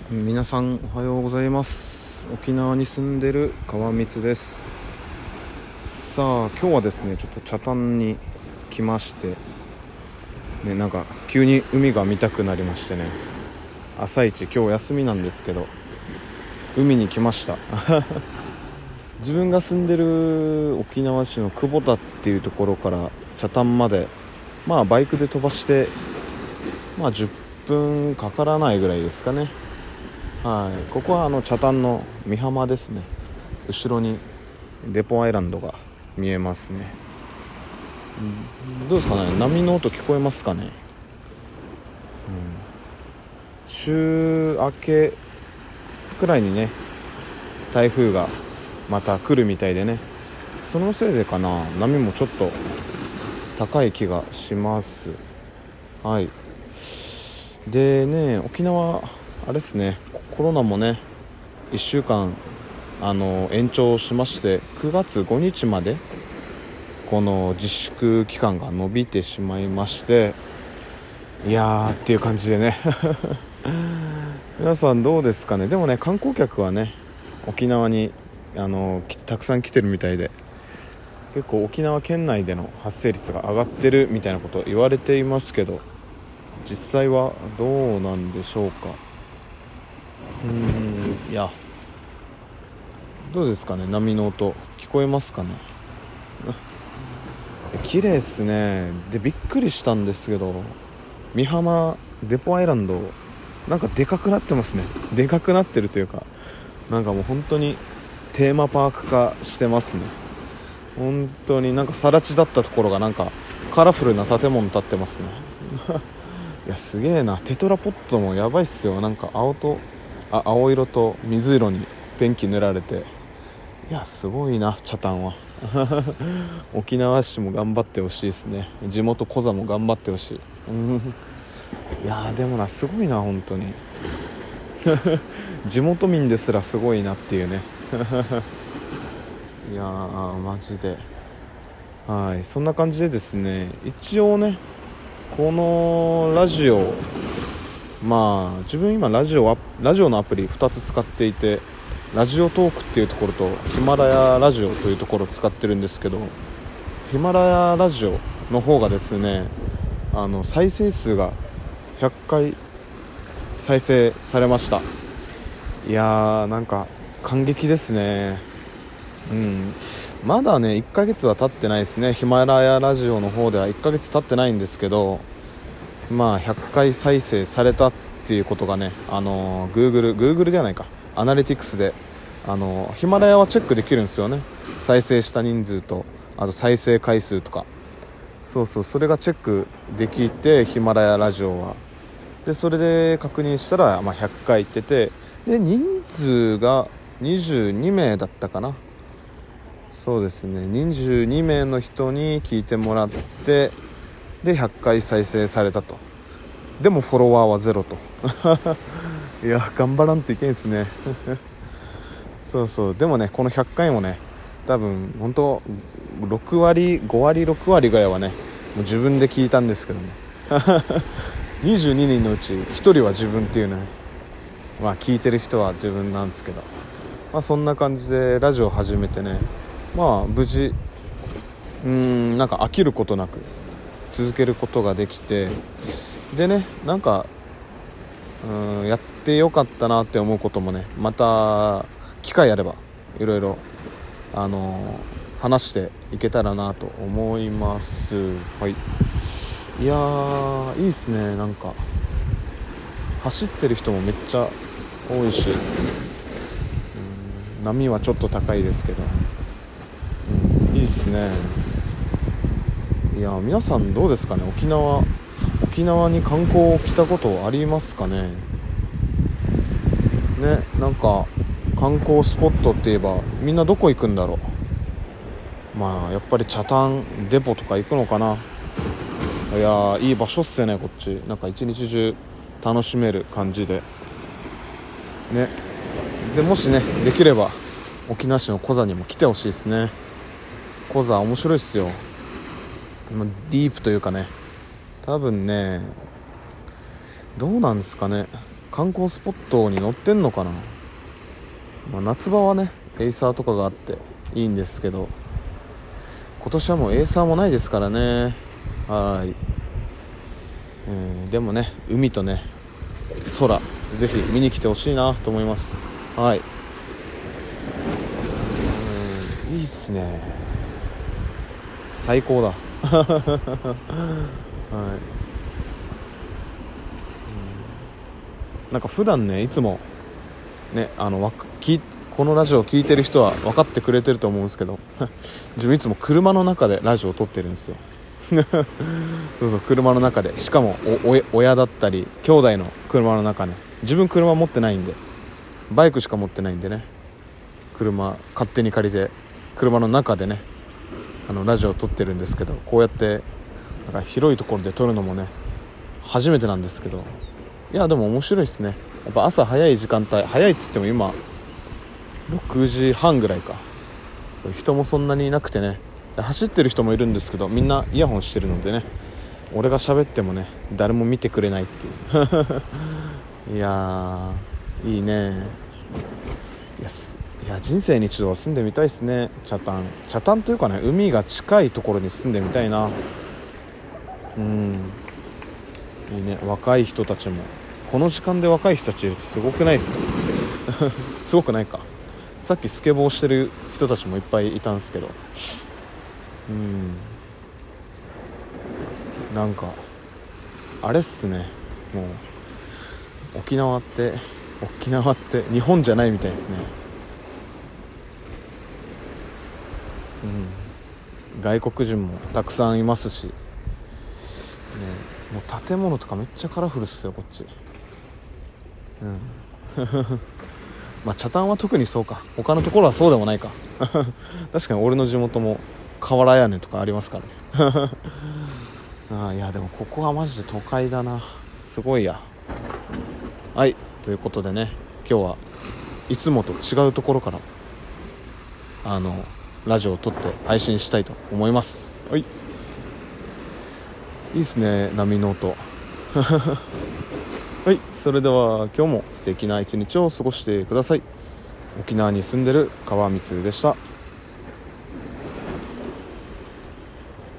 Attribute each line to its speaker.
Speaker 1: 皆さんおはようございます。沖縄に住んでる川光です。さあ今日はですねちょっと北谷に来ましてね、なんか急に海が見たくなりましてね、朝一今日休みなんですけど海に来ました自分が住んでる沖縄市の久保田っていうところから北谷までバイクで飛ばして10分かからないぐらいですかね。はい、ここは北谷の美浜ですね。後ろにデポアイランドが見えますね。どうですかね、波の音聞こえますかね。週明けくらいにね台風がまた来るみたいでね、そのせいでかな、波もちょっと高い気がします。はい。でね、沖縄あれですね、コロナもね1週間延長しまして、9月5日までこの自粛期間が延びてしまいまして、いやーっていう感じでね皆さんどうですかね。でもね、観光客はね沖縄にたくさん来てるみたいで、結構沖縄県内での発生率が上がってるみたいなこと言われていますけど、実際はどうなんでしょうか。いやどうですかね、波の音聞こえますかね。綺麗ですね。でびっくりしたんですけど、美浜デポアイランドなんかでかくなってますね。でかくなってるというか、なんかもう本当にテーマパーク化してますね。本当になんか更地だったところがなんかカラフルな建物建ってますねいやすげえな。テトラポットもやばいっすよ。なんか青色と水色にペンキ塗られて、いやすごいな北谷は沖縄市も頑張ってほしいですね。地元コザも頑張ってほしいいやでもな、すごいな本当に地元民ですらすごいなっていうねいやマジで。はい、そんな感じでですね、一応ねこのラジオ、自分今ラジオのアプリ2つ使っていて、ラジオトークっていうところとヒマラヤラジオというところを使ってるんですけど、ヒマラヤラジオの方がですね再生数が100回再生されました。いやーなんか感激ですね。まだね1ヶ月は経ってないですね。ヒマラヤラジオの方では1ヶ月経ってないんですけど、100回再生されたっていうことがね、Google ではないか、アナリティクスでヒマラヤはチェックできるんですよね。再生した人数と、あと再生回数とか、それがチェックできて、ヒマラヤラジオはでそれで確認したら、100回いってて、で人数が22名だったかな。そうですね、22名の人に聞いてもらって、で100回再生されたと。でもフォロワーはゼロといや頑張らんといけんですねでもねこの100回もね、多分本当6割5割6割ぐらいはねもう自分で聞いたんですけどね22人のうち1人は自分っていうね、聞いてる人は自分なんですけど、そんな感じでラジオ始めてね、無事なんか飽きることなく続けることができて、でねなんかやってよかったなって思うこともね、また機会あればいろいろ話していけたらなと思います。はい。いやーいいっすね。なんか走ってる人もめっちゃ多いし、波はちょっと高いですけど、いいっすね。いや皆さんどうですかね。沖縄に観光来たことありますかね。なんか観光スポットって言えばみんなどこ行くんだろう。やっぱり北谷デポとか行くのかな。いやいい場所っすよねこっち。なんか一日中楽しめる感じでね。でもしねできれば沖縄市のコザにも来てほしいですね。コザ面白いっすよ。ディープというかね、多分ねどうなんですかね、 観光スポットに載ってんのかな。夏場はねエイサーとかがあっていいんですけど、今年はもうエイサーもないですからね。はい、でもね海とね空ぜひ見に来てほしいなと思います。はい、いいっすね、最高だはい、なんか普段ねいつもねこのラジオを聞いてる人は分かってくれてると思うんですけど自分いつも車の中でラジオを撮ってるんですよそうそう、車の中で、しかも親だったり兄弟の車の中ね。自分車持ってないんで、バイクしか持ってないんでね、車勝手に借りて車の中でねラジオを撮ってるんですけど、こうやってなんか広いところで撮るのもね初めてなんですけど、いやでも面白いですね。やっぱ朝早い時間帯、早いっつっても今6時半ぐらいか、そう人もそんなにいなくてね、走ってる人もいるんですけどみんなイヤホンしてるのでね、俺が喋ってもね誰も見てくれないっていういやーいいね。いや人生に一度は住んでみたいですね。北谷というかね、海が近いところに住んでみたいな。いいね。若い人たちもこの時間で若い人たちいるとすごくないですかすごくないか。さっきスケボーしてる人たちもいっぱいいたんですけど、なんかあれっすね、もう沖縄って日本じゃないみたいですね。外国人もたくさんいますし、ね、もう建物とかめっちゃカラフルっすよこっち。北谷は特にそうか、他のところはそうでもないか確かに俺の地元も瓦屋根とかありますからねいやでもここはマジで都会だな、すごいや。はい、ということでね、今日はいつもと違うところからラジオを撮って配信したいと思います。はい、いいっすね、波の音はい、それでは今日も素敵な一日を過ごしてください。沖縄に住んでる川光でした。